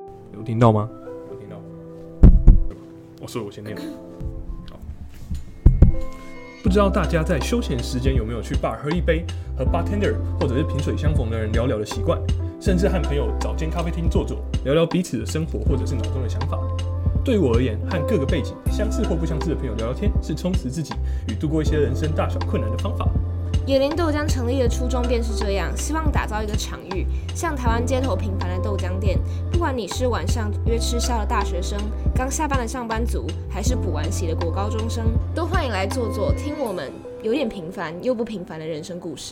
有听到吗？有听到。所以我先念。好。不知道大家在休闲时间有没有去 bar 喝一杯，和 bartender 或者是萍水相逢的人聊聊的习惯，甚至和朋友找间咖啡厅坐坐，聊聊彼此的生活或者是脑中的想法。对于我而言，和各个背景相似或不相似的朋友聊聊天，是充实自己与度过一些人生大小困难的方法。 野林豆浆成立的初衷便是这样，希望打造一个场域，像台湾街头平凡的豆浆店，不管你是晚上约吃宵的大学生、刚下班的上班族，还是补完习的国高中生，都欢迎来坐坐，听我们有点平凡又不平凡的人生故事。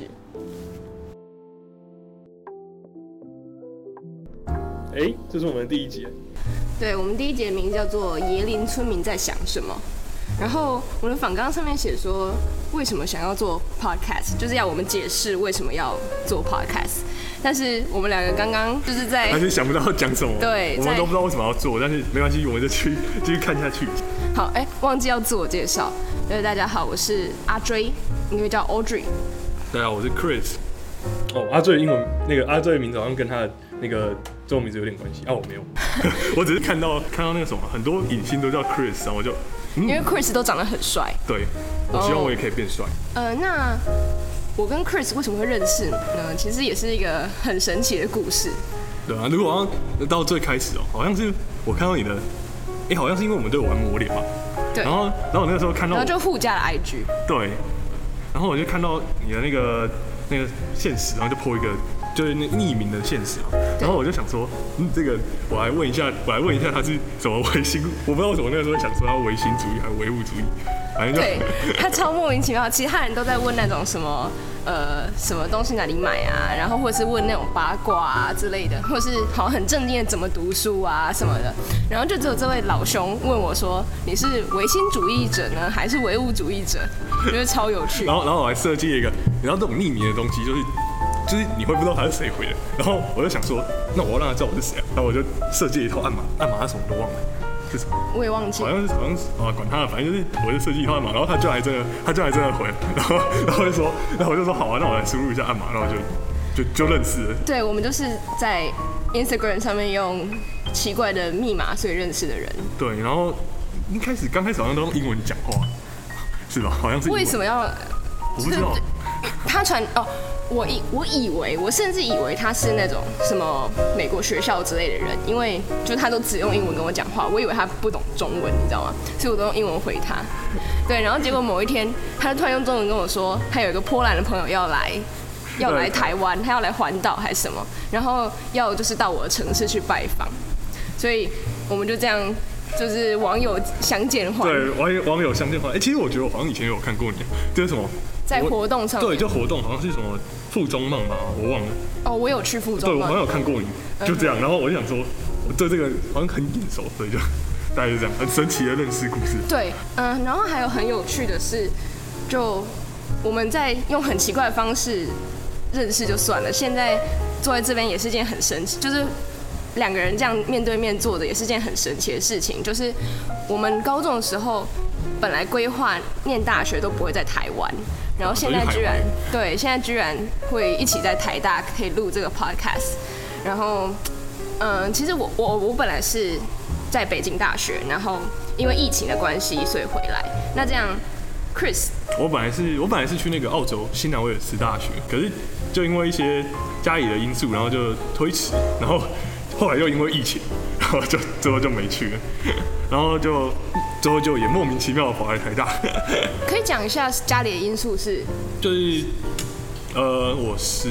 这是我们的第一集。 对，我们第一节名叫做《野林村民在想什么》，然后我的访纲上面写说，为什么想要做 podcast， 就是要我们解释为什么要做 podcast。但是我们两个刚刚就是在还是想不到讲什么， 对， 我们都不知道为什么要做，但是没关系，我们就继续看下去。 好，忘记要自我介绍。大家好，我是阿追，因为叫 Audrey。 大家好，我是 Chris。阿追的英文阿追的名字好像跟他的那个中文名字有点关系我没有，我只是看到那个什么，很多影星都叫 Chris， 然后我就因为 Chris 都长得很帅， 对，我希望我也可以变帅。 那我跟 Chris 为什么会认识呢？其实也是一个很神奇的故事。 对啊，如果好像到最开始好像是我看到你的，好像是因为我们都有玩魔脸嘛， 对， 然后我那个时候看到， 然后就互加了 IG， 对，然后我就看到你的那个现实，然后就 po 一个就是那匿名的现实，然后我就想说，这个我来问一下他是什么唯心，我不知道为什么那个时候想说他唯心主义还是唯物主义，反正就对他超莫名其妙，其他人都在问那种什么什么东西哪里买啊，然后或者是问那种八卦啊之类的，或者是好像很正经的怎么读书啊什么的，然后就只有这位老兄问我说，你是唯心主义者呢，还是唯物主义者？我觉得超有趣。 然后我还设计了一个，你知道这种匿名的东西就是你会不知道他是谁回的，然后我就想说，那我要让他知道我是谁然后我就设计了一套暗码他什么都忘了，是什么？ 我也忘记了， 好像是管他了，反正就是我就设计一套暗码，然后他就还真的回，然后我就说好啊，那我来输入一下暗码，然后就认识了。对， 我们就是在 Instagram 上面用奇怪的密码所以认识的人。 对，然后刚开始好像都用英文讲话，是吧？好像是。 为什么要？ 我不知道。 他传我甚至以为他是那种什么美国学校之类的人，因为就他都只用英文跟我讲话，我以为他不懂中文，你知道吗？所以我都用英文回他。对，然后结果某一天，他突然用中文跟我说，他有一个波兰的朋友要来台湾，他要来环岛还是什么，然后要就是到我的城市去拜访，所以我们就这样。就是网友相见欢， 对，网友相见欢。其实我觉得我好像以前有看过你，就是什么在活动上面， 对，就活动好像是什么附中梦吧，我忘了。 我有去附中梦， 对，我好像有看过你，就这样。然后我就想说，我对这个好像很眼熟，所以就大概就这样，很神奇的认识故事。 对，然后还有很有趣的是，就我们在用很奇怪的方式认识就算了，现在坐在这边也是件很神奇，就是两个人这样面对面坐的也是件很神奇的事情。就是我们高中的时候本来规划念大学都不会在台湾，然后现在居然会一起在台大可以录这个 podcast。然后其实我本来是在北京大学，然后因为疫情的关系所以回来。那这样 Chris， 我本来是去那个澳洲新南威尔士大学，可是就因为一些家里的因素，然后就推迟，然后后来又因为疫情，然后最后就没去了，然后最后就也莫名其妙的跑来台大。 可以讲一下家里的因素是？ 就是我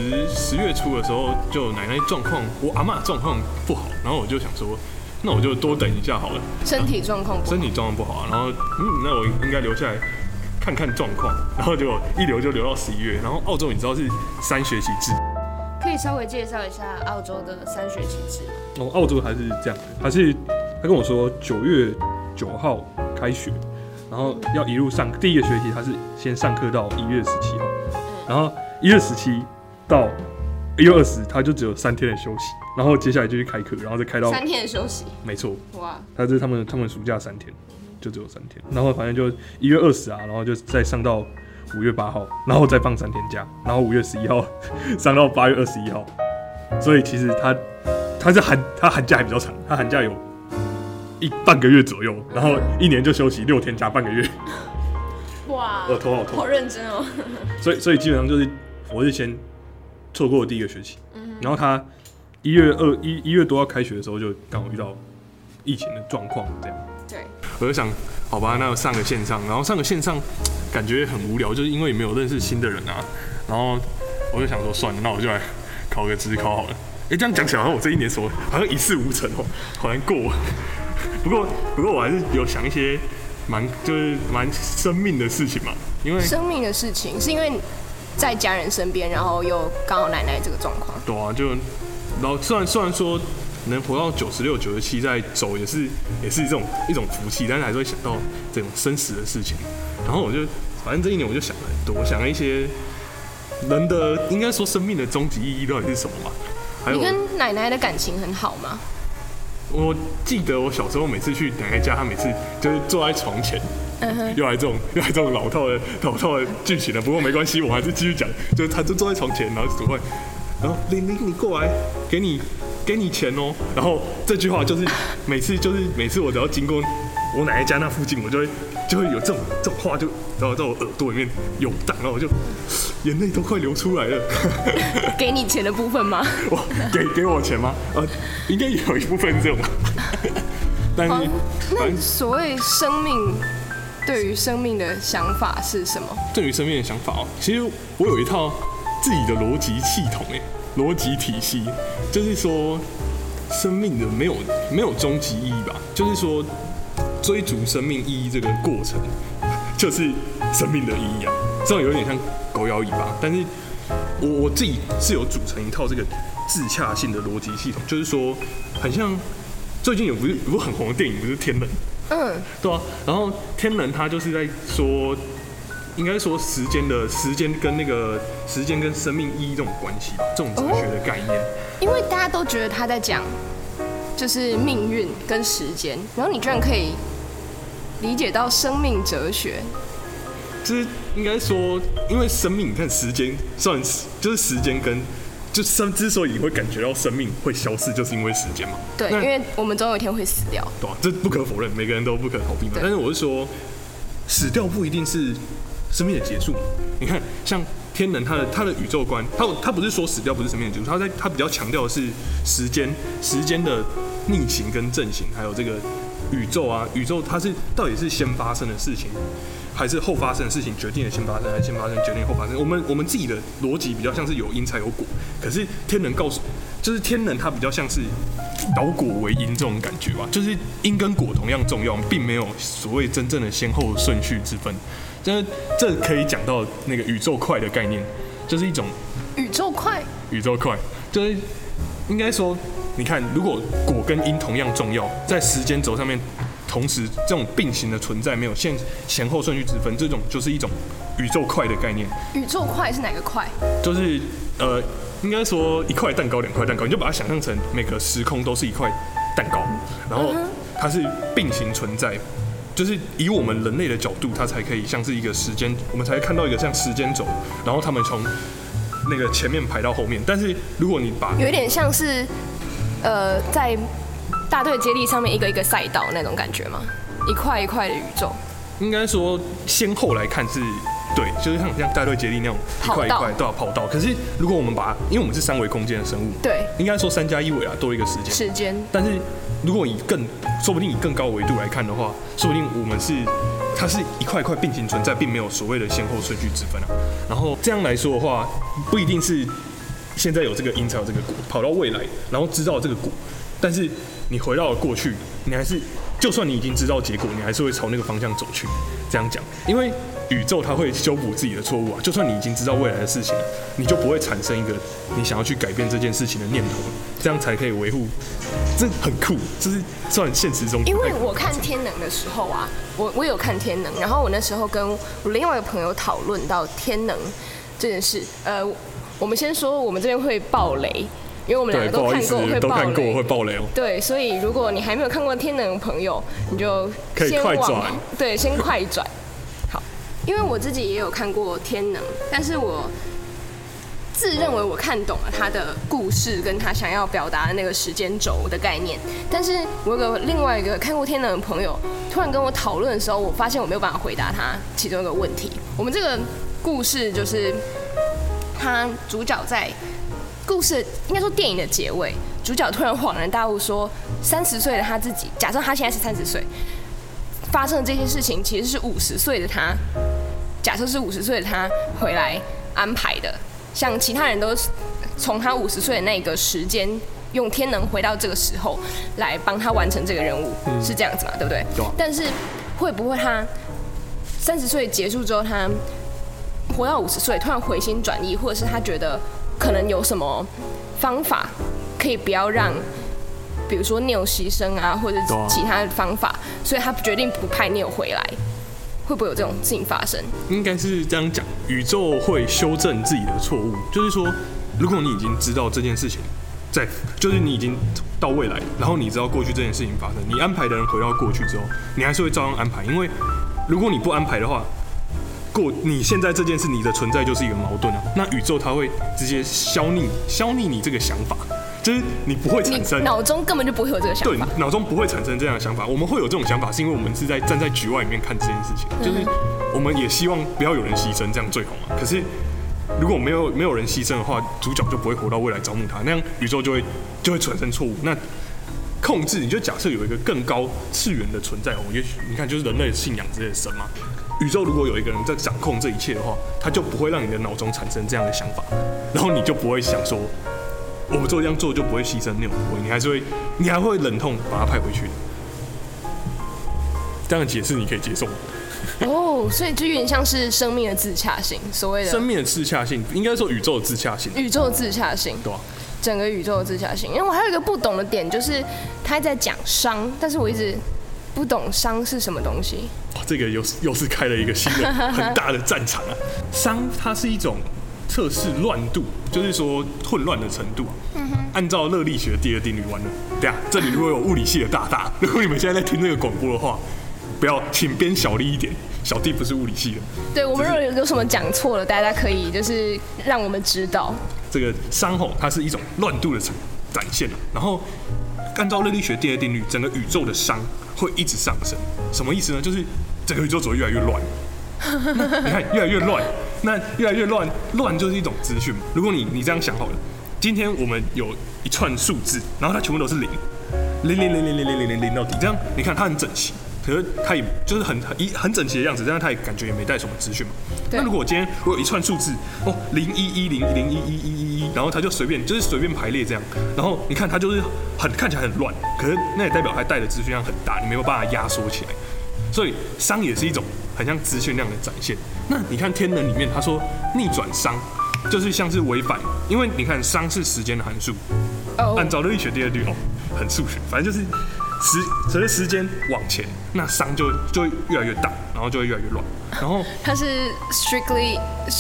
10月初的时候，就奶奶状况，我阿嬷状况不好，然后我就想说，那我就多等一下好了。 身体状况不好，然后那我应该留下来看看状况，然后就一留就留到11月，然后澳洲你知道是3学期制。 可以稍微介绍一下澳洲的3学期制吗？ 澳洲还是这样，他跟我说9月9号开学，然后要一路上第一个学期他是先上课到1月17号，然后1月17到1月20他就只有3天的休息，然后接下来就去开课，然后再开到 3天的休息。没错， 哇，他是他们暑假3天，就只有3天，然后反正就1月20然后就再上到5月8号，然后再放3天假，然后5月11号上到8月21号，所以其实他他寒假还比较长，他寒假有半个月左右，然后1年就休息6天加半个月。 哇， 我头好痛， 好认真哦。 所以基本上就是我是先错过第1个学期，然后他1月多要开学的时候，就刚好遇到疫情的状况，这样。 对， 我就想，好吧，那上个线上，然后上个线上感觉很无聊，就是因为也没有认识新的人啊，然后我就想说，算了，那我就来考个指考好了。这样讲起来，好像我这1年好像一事无成哦，好难过。不过我还是有想一些蛮生命的事情嘛，因为生命的事情是因为在家人身边，然后又刚好奶奶这个状况。 对啊，然后虽然说能活到96、97再走也是一种福气，但是还是会想到这种生死的事情。然后反正这1年我就想了很多，我想了一些人的应该说生命的终极意义到底是什么嘛？还有你跟奶奶的感情很好吗？ 我记得我小时候每次去奶奶家，她每次就是坐在床前，又来这种老套的剧情了。不过没关系，我还是继续讲。就是她就坐在床前，然后煮饭，然后玲玲你过来，给你钱哦。然后这句话就是每次我只要经过我奶奶家那附近，我就会有这种话就然后在我耳朵里面涌荡，然后我就眼泪都快流出来了。 给你钱的部分吗？ 给我钱吗？应该有一部分是这种。但是， 那所谓生命，对于生命的想法是什么？ 对于生命的想法哦，其实我有一套自己的逻辑系统，逻辑体系，就是说生命的没有终极意义吧，就是说追逐生命意义这个过程，就是生命的意义啊。这样有点像狗咬尾巴，但是我自己是有组成一套这个自洽性的逻辑系统，就是说很像最近有部很红的电影，不是《天能》？对啊。然后《天能》它就是在说，应该说时间跟生命意义这种关系吧，这种哲学的概念。 因为大家都觉得他在讲就是命运跟时间，然后你居然可以理解到生命哲学。 就是应该说，因为生命，你看时间，算就是时间跟之所以你会感觉到生命会消逝，就是因为时间嘛。 对，因为我们总有一天会死掉。 对啊，这不可否认，每个人都不可逃避嘛。但是我是说，死掉不一定是生命的结束。你看，像天能，他的宇宙观，他不是说死掉不是生命的结束，他比较强调的是时间的逆行跟正行，还有这个宇宙它是到底是先发生的事情，还是后发生的事情决定了先发生，还是先发生决定后发生？我们自己的逻辑比较像是有因才有果，可是天能就是天能它比较像是倒果为因这种感觉吧，就是因跟果同样重要，并没有所谓真正的先后顺序之分。这可以讲到那个宇宙块的概念，就是一种宇宙块就是应该说，你看，如果果跟因同样重要，在时间轴上面同时这种并行的存在，没有前后顺序之分，这种就是一种宇宙块的概念。 宇宙块是哪个块？ 就是应该说1块蛋糕2块蛋糕，你就把它想象成每个时空都是1块蛋糕，然后它是并行存在。就是以我们人类的角度，它才可以像是一个时间，我们才会看到一个像时间轴，然后他们从那个前面排到后面。但是如果你把有点像是在大队接力上面一个一个赛道那种感觉吗？一块一块的宇宙。 应该说先后来看是对，就是像大队接力那种一块一块都要跑道。可是如果我们因为我们是3维空间的生物， 对， 应该说3+1维啦，多一个时间。但是如果说不定以更高维度来看的话，说不定它是一块一块并行存在，并没有所谓的先后顺序之分啊。然后这样来说的话，不一定是现在有这个因才有这个果，跑到未来，然后知道这个果，但是你回到了过去，你还是就算你已经知道结果，你还是会朝那个方向走去。这样讲，因为宇宙它会修补自己的错误啊。就算你已经知道未来的事情，你就不会产生一个你想要去改变这件事情的念头，这样才可以维护。这很酷，这是算现实中。 因为我看天能的时候啊，我有看天能，然后我那时候跟我另外一个朋友讨论到天能这件事。我们先说我们这边会爆雷，因为我们两个都看过会爆雷哦。对，所以如果你还没有看过天能的朋友，你就先快转， 对，先快转。好，因为我自己也有看过天能，但是我自认为我看懂了他的故事跟他想要表达的那个时间轴的概念，但是我有个另外一个看过《天能》的朋友，突然跟我讨论的时候，我发现我没有办法回答他其中一个问题。我们这个故事就是他主角在故事应该说电影的结尾，主角突然恍然大悟说，30岁的他自己，假设他现在是30岁，发生的这些事情其实是50岁的他，假设是50岁的他回来安排的。像其他人都从他50岁的那个时间，用天能回到这个时候来帮他完成这个任务，是这样子嘛？对不对？但是会不会他30岁结束之后，他活到50岁，突然回心转意，或者是他觉得可能有什么方法可以不要让，比如说 Neo 牺牲啊，或者其他的方法，所以他决定不派 Neo 回来。会不会有这种事情发生？ 应该是这样讲，宇宙会修正自己的错误，就是说，如果你已经知道这件事情就是你已经到未来，然后你知道过去这件事情发生，你安排的人回到过去之后，你还是会照样安排，因为如果你不安排的话，你现在这件事你的存在就是一个矛盾啊，那宇宙它会直接消弭你这个想法。就是你不会产生， 你脑中根本就不会有这个想法。 对，脑中不会产生这样的想法。我们会有这种想法，是因为我们是站在局外里面看这件事情，就是我们也希望不要有人牺牲，这样最好嘛。可是如果没有人牺牲的话，主角就不会活到未来招募他，那样宇宙就会产生错误。那控制，你就假设有一个更高次元的存在哦，也许你看就是人类信仰之类的神嘛。宇宙如果有一个人在掌控这一切的话，他就不会让你的脑中产生这样的想法，然后你就不会想说。我们这样做就不会牺牲那种不会，你还会忍痛把它派回去。这样的解释你可以接受吗？ 哦，所以就有点像是生命的自洽性，所谓的生命的自洽性，应该说宇宙的自洽性。 宇宙的自洽性， 对啊， 整个宇宙的自洽性。因为我还有一个不懂的点，就是他在讲熵，但是我一直不懂熵是什么东西。 这个又是开了一个新的很大的战场啊！熵它是一种。测试乱度，就是说混乱的程度。按照热力学第二定律完了。对啊，这里如果有物理系的大，如果你们现在在听这个广播的话，不要请编小力一点，小弟不是物理系的。 对，我们如果有什么讲错了，大家可以就是让我们知道。 这个熵吼，它是一种乱度的展现。然后按照热力学第二定律，整个宇宙的熵会一直上升。什么意思呢？就是整个宇宙只会越来越乱。你看，越来越乱。那越来越乱就是一种资讯嘛。如果你这样想好了，今天我们有一串数字，然后它全部都是0到底，这样你看它很整齐，可是它也就是很整齐的样子，这样它也感觉也没带什么资讯嘛。那如果今天我有一串数字011001111，然后它就随便排列这样，然后你看它就是看起来很乱，可是那也代表它带的资讯量很大，你没有办法压缩起来。所以熵也是一种很像资讯量的展现。那你看天能里面他说逆转熵，就是像是违反，因为你看熵是时间的函数，按照热力学第二定律很数学，反正就是随着时间往前，那熵就会越来越大，然后就会越来越乱。然后它是 strictly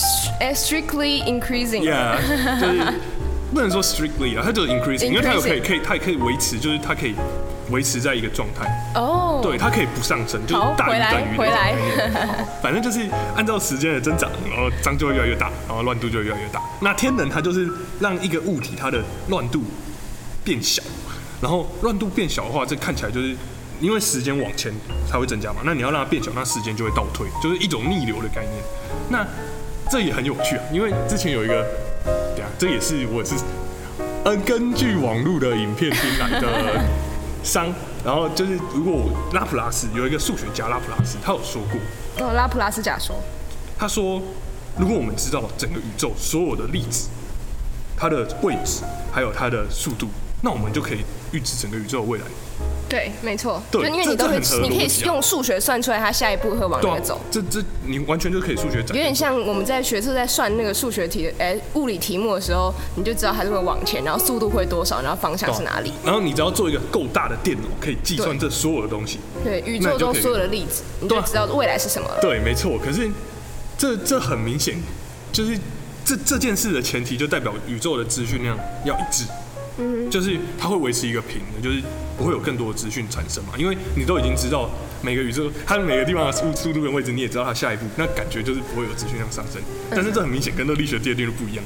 increasing， yeah， 就是不能说 strictly 啊，它就是 increasing， 因为它它也可以维持，就是它可以维持在一个状态。哦，对，它可以不上升，就是大于等于。 回来， 反正就是按照时间的增长，然后熵就会越来越大，然后乱度就会越来越大。那天能它就是让一个物体它的乱度变小，然后乱度变小的话，这看起来就是因为时间往前才会增加嘛。那你要让它变小，那时间就会倒退，就是一种逆流的概念。那这也很有趣啊，因为之前有一个，对啊，这也是我是根据网络的影片听来的熵。然后就是，如果拉普拉斯有一个数学家拉普拉斯，他有说过， 拉普拉斯假说， 他说，如果我们知道整个宇宙所有的粒子，它的位置还有它的速度，那我们就可以预知整个宇宙的未来。 对，没错， 对， 因为你都会，你可以用数学算出来它下一步会往哪走。 这你完全就可以数学展。 有点像我们在学测在算那个数学题，物理题目的时候，你就知道它是会往前，然后速度会多少，然后方向是哪里。 然后你只要做一个够大的电脑，可以计算这所有的东西。 对，宇宙中所有的粒子，你就知道未来是什么了。 对，没错。可是这很明显，就是这件事的前提就代表宇宙的资讯量要一致。就是它会维持一个平的，就是不会有更多的资讯产生嘛，因为你都已经知道每个宇宙它每个地方的速度跟位置，你也知道它下一步，那感觉就是不会有资讯量上升。但是这很明显跟热力学第二定律不一样，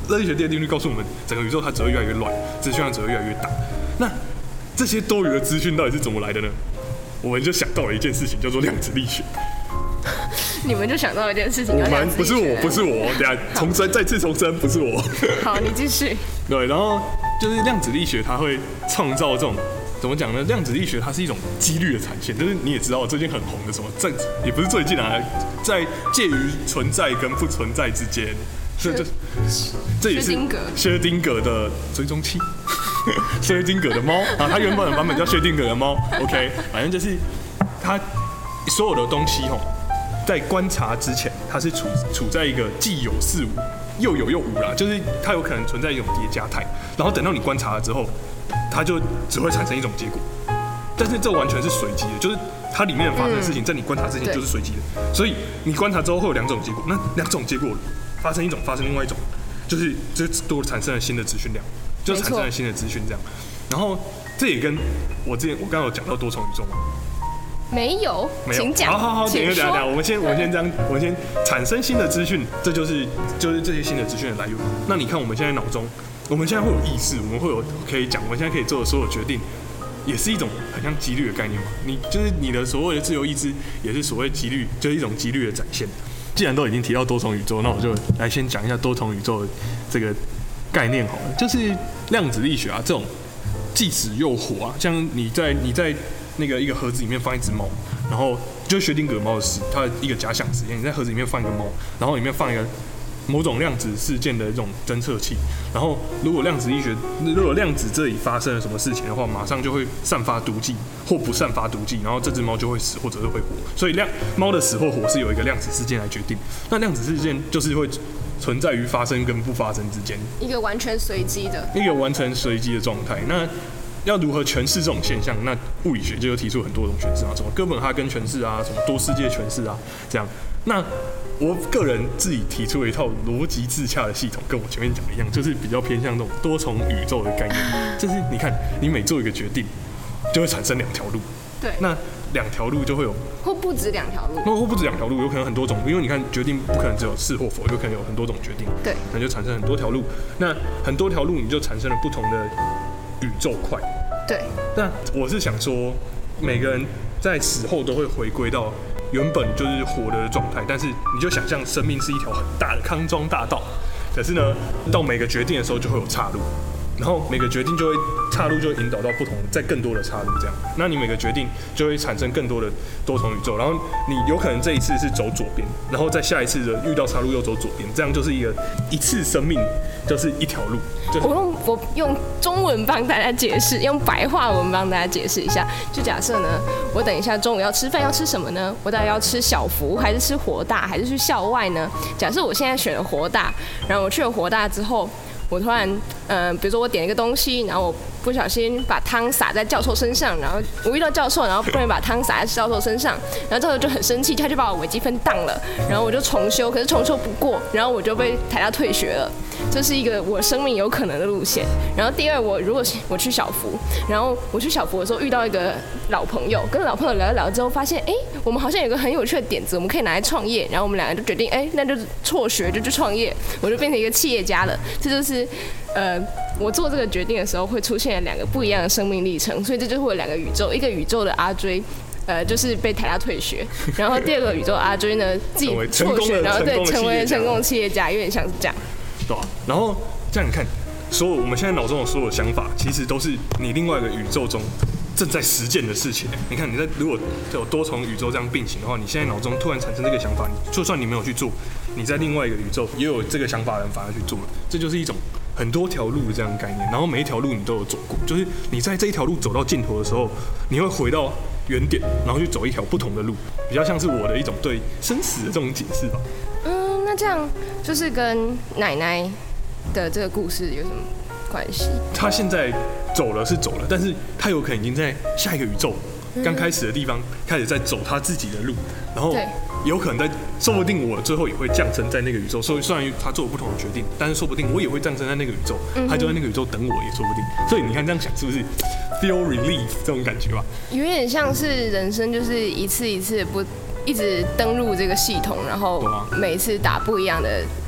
热力学第二定律告诉我们，整个宇宙它只会越来越乱，资讯量只会越来越大。那这些多余的资讯到底是怎么来的呢？我们就想到了一件事情，叫做量子力学。 你们就想到一件事情， 我们不是我，等下重申，再次重申，不是我。 好，你继续。 对，然后就是量子力学，它会创造这种怎么讲呢？量子力学它是一种几率的产现，就是你也知道最近很红的什么，也不是最近啊，在介于存在跟不存在之间，这也是薛丁格的追踪器。薛丁格的猫啊，它原本的版本叫薛丁格的猫。OK， 反正就是它所有的东西在观察之前，它是处在一个既有似无，又有又无啦，就是它有可能存在一种叠加态，然后等到你观察了之后，它就只会产生一种结果，但是这完全是随机的，就是它里面发生的事情，在你观察之前就是随机的，所以你观察之后会有两种结果，那两种结果发生一种，发生另外一种，就是多产生了新的资讯量，就产生了新的资讯这样，然后这也跟我刚刚有讲到多重宇宙嘛。 没有，请讲。 好，等一下，我们先产生新的资讯，这就是这些新的资讯的来源。那你看我们现在脑中，我们现在会有意识，我们会有可以讲，我们现在可以做的所有决定，也是一种很像几率的概念嘛。你的所谓的自由意志，也是所谓几率，就是一种几率的展现。既然都已经提到多重宇宙，那我就来先讲一下多重宇宙的这个概念好了。就是量子力学啊，这种既死又活啊，像你在那个一个盒子里面放一只猫，然后就是薛定谔猫的它的一个假想实验，你在盒子里面放一个猫，然后里面放一个某种量子事件的这种侦测器，然后如果量子这里发生了什么事情的话，马上就会散发毒剂或不散发毒剂，然后这只猫就会死或者是会活。所以猫的死或活是由一个量子事件来决定。那量子事件就是会存在于发生跟不发生之间， 一个完全随机的状态。那要如何诠释这种现象？那物理学就有提出很多种诠释啊，什么哥本哈根诠释啊，什么多世界诠释啊，这样。那我个人自己提出了一套逻辑自洽的系统，跟我前面讲的一样，就是比较偏向这种多重宇宙的概念。就是你看，你每做一个决定，就会产生两条路。 对。 那两条路就会有， 或不止两条路。 或不止两条路，有可能很多种，因为你看决定不可能只有是或否，有可能有很多种决定。 对。 那就产生很多条路。那很多条路，你就产生了不同的宇宙块。 对。 那我是想说，每个人在死后都会回归到原本就是活的状态，但是你就想象生命是一条很大的康庄大道，可是呢，到每个决定的时候就会有岔路，然后每个决定岔路就会引导到不同再更多的岔路这样，那你每个决定就会产生更多的多重宇宙，然后你有可能这一次是走左边，然后在下一次的遇到岔路又走左边，这样就是一次生命就是一条路。 我用中文帮大家解释，用白话文帮大家解释一下。就假设呢，我等一下中午要吃饭，要吃什么呢？我到底要吃小福，还是吃活大，还是去校外呢？假设我现在选了活大，然后我去了活大之后，我突然比如说我点一个东西，然后我不小心把汤洒在教授身上，然后我遇到教授，然后不然把汤洒在教授身上，然后教授就很生气，他就把我微积分当了，然后我就重修，可是重修不过，然后我就被台大退学了。这是一个我生命有可能的路线。然后第二，如果我去小福，然后我去小福的时候遇到一个老朋友，跟老朋友聊一聊之后，发现我们好像有个很有趣的点子，我们可以拿来创业。然后我们两个就决定，那就辍学就去创业，我就变成一个企业家了。这就是我做这个决定的时候会出现两个不一样的生命历程，所以这就是会有两个宇宙，一个宇宙的阿追。就是被台大退学，然后第二个宇宙阿追呢自己辍学，然后成为成功的企业家，有点像是这样。 对啊，然后这样你看，我们现在脑中的所有想法，其实都是你另外一个宇宙中正在实践的事情。你看，如果有多重宇宙这样并行的话，你现在脑中突然产生这个想法，就算你没有去做，你在另外一个宇宙也有这个想法的人反而去做了，这就是一种很多条路的这样的概念。然后每一条路你都有走过，就是你在这一条路走到尽头的时候，你会回到原点，然后去走一条不同的路，比较像是我的一种对生死的这种解释吧。 那这样就是跟奶奶的这个故事有什么关系？ 他现在走了是走了，但是他有可能已经在下一个宇宙刚开始的地方开始在走他自己的路，然后有可能说不定我最后也会降生在那个宇宙。所以虽然他做了不同的决定，但是说不定我也会降生在那个宇宙，他就在那个宇宙等我也说不定。所以你看这样想是不是 feel relief 这种感觉吧？ 有点像是人生就是一次一次一直登入这个系统，然后每次打不一样的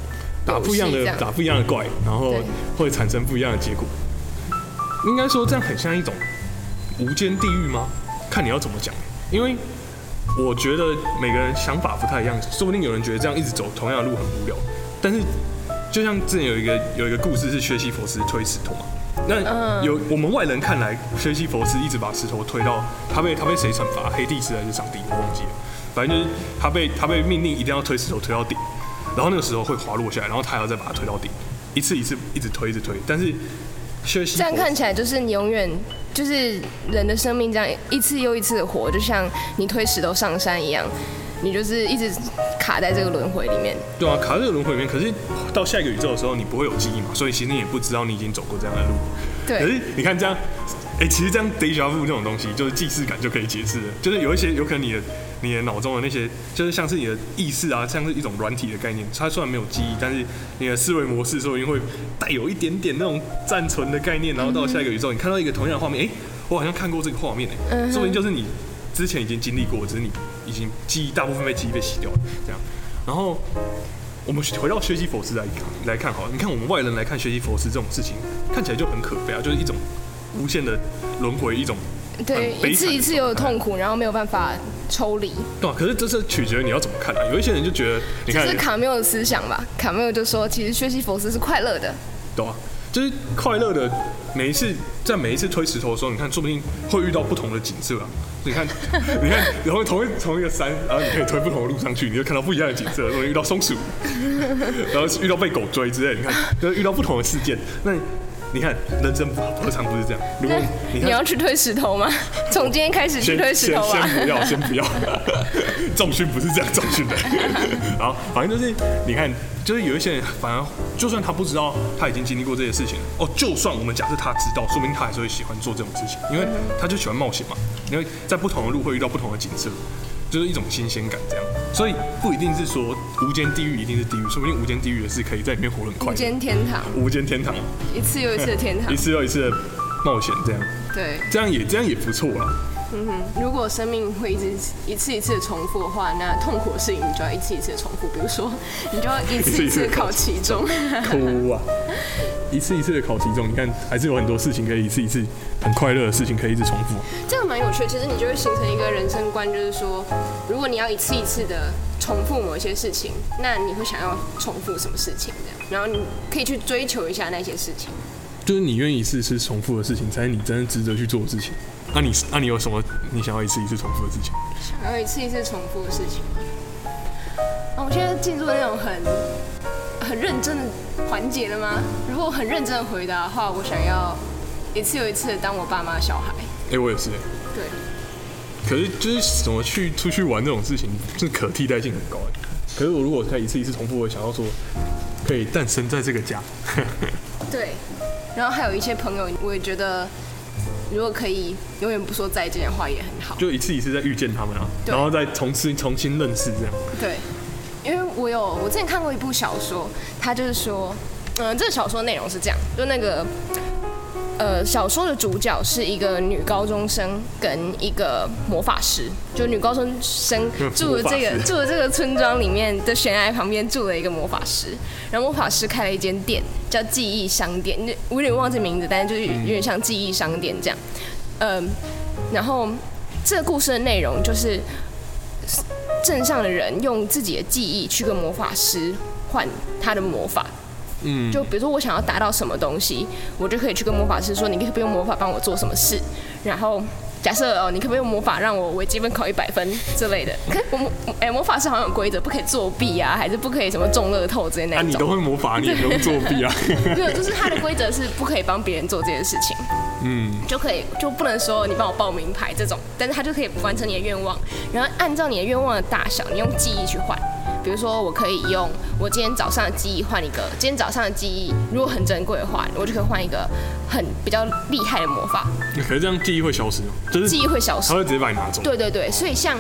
打不一样的怪，然后会产生不一样的结果。应该说这样很像一种无间地狱吗？看你要怎么讲，因为我觉得每个人想法不太一样，说不定有人觉得这样一直走同样的路很无聊，但是就像之前有一个故事是薛西弗斯推石头嘛。那我们外人看来，薛西弗斯一直把石头推到他被谁惩罚？黑帝斯还是上帝？我忘记了。反正就是他被命令一定要推石头推到顶，然后那个石头会滑落下来，然后他还要再把它推到顶，一次一直推。但是薛西弗斯这样看起来就是你永远就是人的生命这样一次又一次的活，就像你推石头上山一样，你就是一直卡在这个轮回里面。 对啊，卡在这个轮回里面。可是到下一个宇宙的时候，你不会有记忆嘛，所以其实你也不知道你已经走过这样的路。 对。 可是你看这样，其实这样 déjà vu 这种东西，就是既视感就可以解释了。就是有一些有可能你的脑中的那些，就是像是你的意识啊，像是一种软体的概念。它虽然没有记忆，但是你的思维模式说不定会带有一点点那种暂存的概念。然后到下一个宇宙，你看到一个同样的画面，我好像看过这个画面说不定就是你之前已经经历过，只是你已经大部分记忆被洗掉了这样。然后我们回到薛西弗斯来看好了，你看我们外人来看薛西弗斯这种事情，看起来就很可悲啊，就是一种无限的轮回，一种对一次一次又有痛苦，然后没有办法抽离。 对啊，可是这是取决于你要怎么看啊。有一些人就觉得，你看， 这是卡缪的思想吧？卡缪就说，其实薛西弗斯是快乐的。 对啊，就是快乐的。在每一次推石头的时候，你看，说不定会遇到不同的景色啊。你看，然后同一个山，然后你可以推不同的路上去，你就看到不一样的景色。然后遇到松鼠，然后遇到被狗追之类，你看，就是遇到不同的事件。那你看，人生何尝不是这样？如果你要去推石头吗？从今天开始去推石头吧。 先不要。重训不是这样重训的。好，反正就是你看，就是有一些人，反而就算他不知道他已经经历过这些事情就算我们假设他知道，说明他还是会喜欢做这种事情，因为他就喜欢冒险嘛。因为在不同的路会遇到不同的景色，就是一种新鲜感这样。所以不一定是说无间地狱一定是地狱，说不定无间地狱的是可以在里面活得很快乐。 无间天堂。 无间天堂。 一次又一次的天堂。 一次又一次的冒险这样。 对。 这样也不错啦。 如果生命会一次一次的重复的话，那痛苦的事情你就要一次一次的重复。比如说，你就要一次一次的考期中。 哭啊！一次一次的考期中，你看还是有很多事情可以一次一次很快乐的事情可以一直重复。这样蛮有趣的，其实你就会形成一个人生观，就是说，如果你要一次一次的重复某一些事情，那你会想要重复什么事情？这样，然后你可以去追求一下那些事情。 就是你愿意一次一次重复的事情，才是你真正值得去做的事情。你有什么你想要一次一次重复的事情？ 想要一次一次重复的事情。我现在进入那种很认真的环节了吗？如果我很认真的回答的话，我想要一次又一次的当我爸妈的小孩。 我也是。 对。 可是就是怎么出去玩这种事情，就是可替代性很高。可是我如果可以一次一次重复，我想要说，可以诞生在这个家。 对。然后还有一些朋友，我也觉得，如果可以永远不说再见的话，也很好。就一次一次再遇见他们啊，然后再重新认识这样。 对，因为我之前看过一部小说，它就是说，这个小说内容是这样，就那个小说的主角是一个女高中生跟一个魔法师，就女高中生住的这个村庄里面的悬崖旁边住了一个魔法师，然后魔法师开了一间店叫记忆商店，我有点忘记名字，但是就是有点像记忆商店这样。然后这个故事的内容就是镇上的人用自己的记忆去跟魔法师换他的魔法。就比如说我想要达到什么东西，我就可以去跟魔法师说，你可不可以用魔法帮我做什么事？然后假设你可不可以用魔法让我微积分考100分之类的？魔法师好像有规则，不可以作弊啊，还是不可以什么中乐透之类那种。 你都会魔法，你也不用作弊啊。 没有，就是他的规则是不可以帮别人做这件事情。就不能说你帮我报名牌这种，但是他就可以完成你的愿望，然后按照你的愿望的大小，你用记忆去换。比如说，我可以用我今天早上的记忆换一个，今天早上的记忆如果很珍贵的话，我就可以换一个比较厉害的魔法。 可是这样记忆会消失吗？就是记忆会消失， 他会直接把你拿走。 对对对，所以像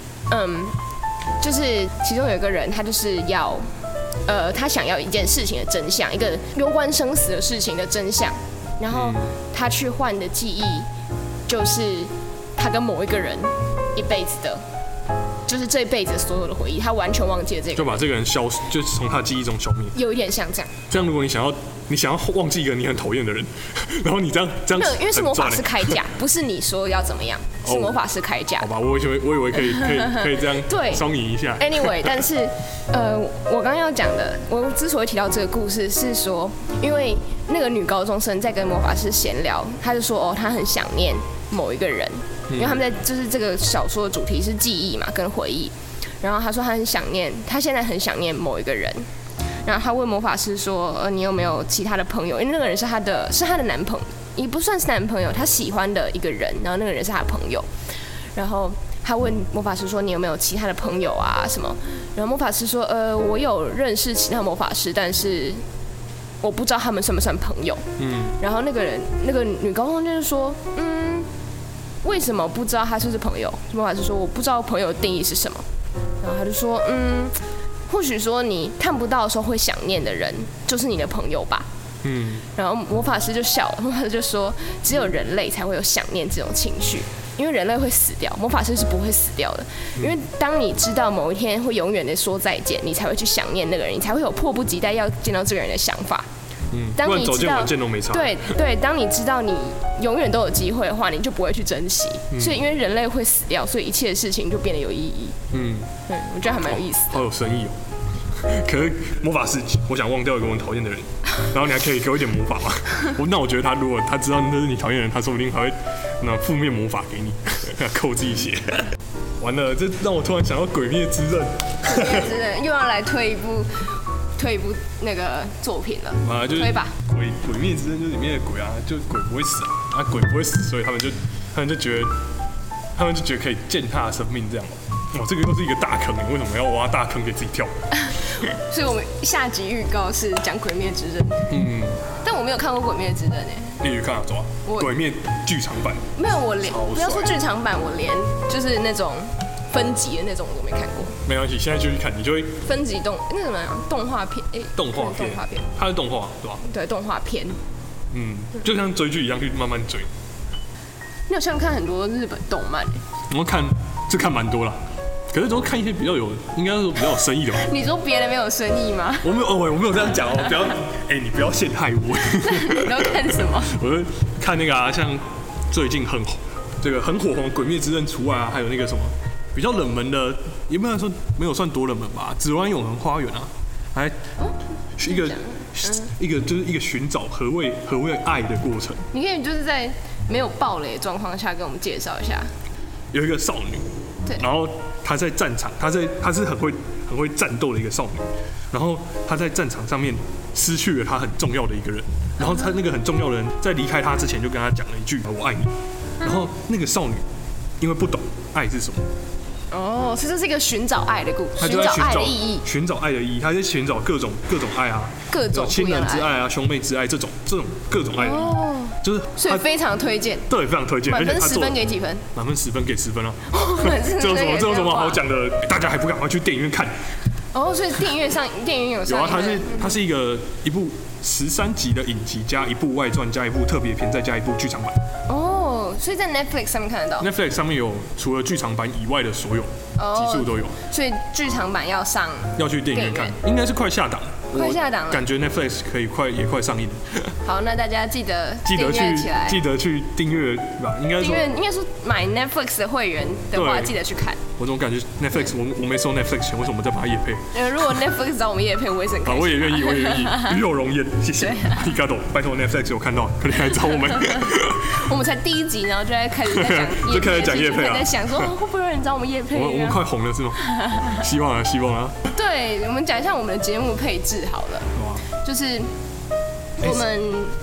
就是其中有一个人，他就是要他想要一件事情的真相，一个攸关生死的事情的真相，然后他去换的记忆就是他跟某一个人一辈子的。 就是这辈子所有的回忆，他完全忘记了这个， 就把这个人就是从他的记忆中消灭。 有一点像这样。 这样，如果你想要忘记一个你很讨厌的人，然后你这样没有，因为是魔法师开价，不是你说要怎么样，是魔法师开价。 好吧，我以为可以这样双赢一下。 Anyway， 但是我刚刚要讲的，我之所以提到这个故事，是说，因为那个女高中生在跟魔法师闲聊，她就说哦，她很想念某一个人，因为他们在就是这个小说的主题是记忆嘛，跟回忆。然后她说她很想念，她现在很想念某一个人。然后她问魔法师说，你有没有其他的朋友？因为那个人是她的男朋友，也不算是男朋友，她喜欢的一个人。然后那个人是她的朋友。然后她问魔法师说，你有没有其他的朋友啊什么？然后魔法师说，我有认识其他魔法师，但是我不知道他们算不算朋友。然后那个女高中生就说，为什么不知道他是不是朋友？魔法师说，我不知道朋友的定义是什么。然后他就说，或许说你看不到的时候会想念的人，就是你的朋友吧。然后魔法师就笑了，魔法师就说，只有人类才会有想念这种情绪。因为人类会死掉，魔法师是不会死掉的。因为当你知道某一天会永远的说再见，你才会去想念那个人，你才会有迫不及待要见到这个人的想法。当你知道见都没差。 对，当你知道你永远都有机会的话，你就不会去珍惜。所以因为人类会死掉，所以一切的事情就变得有意义。我觉得还蛮有意思的。 好有深意哦。可是魔法师，我想忘掉一个我很讨厌的人，然后你还可以给我一点魔法吗？那我觉得如果他知道那是你讨厌的人，他说不定还会拿负面魔法给你，扣自己血。完了，这让我突然想到《鬼灭之刃》。 鬼灭之刃又要来推一部那个作品了， 就是推吧。 鬼灭之刃就是里面的鬼啊，就鬼不会死啊，鬼不会死，所以他们就觉得可以践踏生命这样。这个又是一个大坑，为什么要挖大坑给自己跳？ 所以我们下集预告是讲《鬼灭之刃》。但我没有看过《鬼灭之刃》 你去看走啊？鬼灭剧场版没有，我连不要说剧场版，我连就是那种分集的那种我都没看过。 没关系，现在就去看，你就会分集那什么动画片？ 动画片，它是动画对吧？ 对，动画片。 就像追剧一样，去慢慢追。 你好像看很多日本动漫。 我看蛮多啦。可是都看一些比较应该说比较有深意的吧。 你说别人没有深意吗？ 我没有这样讲哦，不要，你不要陷害我。 你都看什么？ 我就看那个像最近很火红《鬼灭之刃》出啊，还有那个什么比较冷门的，也不能说没有算多冷门吧，《紫罗兰永恒花园》啊，还一个就是一个寻找何谓爱的过程。 你可以就是在没有暴雷的状况下跟我们介绍一下。 有一个少女， 对， 然后她在战场，她是很会战斗的一个少女，然后她在战场上面失去了她很重要的一个人，然后她那个很重要的人在离开她之前就跟她讲了一句“我爱你”，然后那个少女因为不懂爱是什么。 所以这是一个寻找爱的故事， 寻找爱的意义， 寻找爱的意义，他在寻找各种爱啊， 各种亲人之爱啊，兄妹之爱这种各种爱的意义，就是所以非常推荐， 对，非常推荐， 满分10分给几分？ 满分10分给10分啊，这有什么好讲的？大家还不赶快去电影院看？ 所以电影院有上， 有啊，它是一部13集的影集加一部外传加一部特别篇再加一部剧场版。 所以在 Netflix 上面看得到。 Netflix 上面有除了剧场版以外的所有集数都有。 所以剧场版要去电影院看，应该是快下档了。 快下档了， 感觉 Netflix 也快上映了。 好，那大家记得去订阅吧，应该说买 Netflix 的会员的话，记得去看。 我总感觉 Netflix 我没收 Netflix 钱，为什么在帮他业配？ 如果 Netflix 找我们业配，我也是很开心。 我也愿意，与有荣焉，谢谢。阿里嘎多，拜托 Netflix 有看到，快点来找我们。 我们才第1集，然后就开始讲业配啊，在想说会不会有人找我们业配？ 我们快红了是吗？希望啊。 对，我们讲一下我们的节目配置好了，就是我们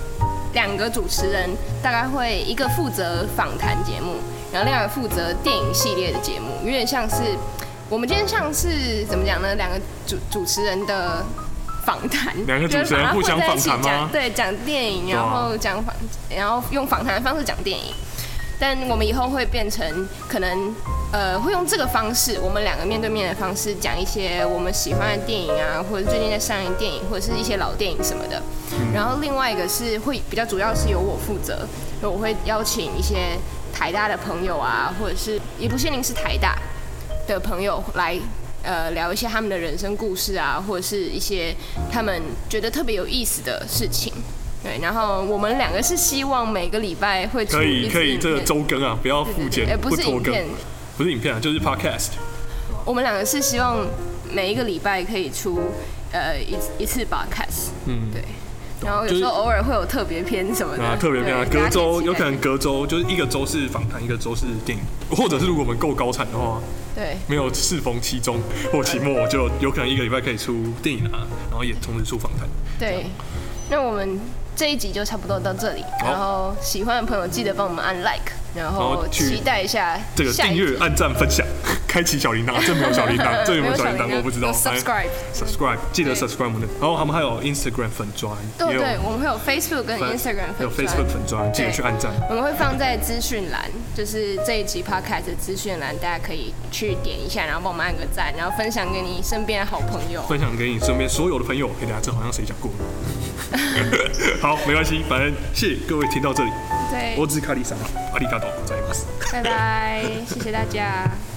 2个主持人大概会一个负责访谈节目，然后另外一个负责电影系列的节目，有点像是我们今天像是怎么讲呢？2个主持人的访谈 ，2个主持人互相访谈吗？ 对，讲电影，然后用访谈的方式讲电影。但我们以后会变成可能会用这个方式，我们2个面对面的方式讲一些我们喜欢的电影啊，或者最近在上映电影，或者是一些老电影什么的。然后另外一个是会比较主要是由我负责，我会邀请一些台大的朋友啊，或者是也不限定是台大， 的朋友来聊一些他们的人生故事啊，或者是一些他们觉得特别有意思的事情。对，然后我们2个是希望每个礼拜会出一次影片， 这个周更啊，不要付钱， 不是影片， 不是影片啊，就是 podcast。 我们2个是希望每一个礼拜可以出一次 podcast， 对。然后有时候偶尔会有特别篇什么的， 特别篇啊，隔周有可能隔周就是一个周是访谈，一个周是电影，或者是如果我们够高产的话， 对， 没有适逢期中或期末，就有可能一个礼拜可以出电影啊，然后也同时出访谈。 对，那我们这一集就差不多到这里，然后喜欢的朋友记得帮我们按 like， 然后期待一下这个订阅、按赞、分享、开启小铃铛，这没有小铃铛，这有没有小铃铛我不知道。subscribe 记得 subscribe 我们的，然后他们还有 Instagram 粉专， 对，我们会有 Facebook 跟 Instagram 粉专， 有 Facebook 粉专，记得去按赞。 我们会放在资讯栏，就是这一集 podcast 的资讯栏，大家可以去点一下，然后帮我们按个赞，然后分享给你身边的好朋友， 分享给你身边所有的朋友。等下这好像谁讲过好，没关系，反正谢谢各位听到这里。 对， 我是卡里桑，阿里嘎多，再见。 拜拜，谢谢大家。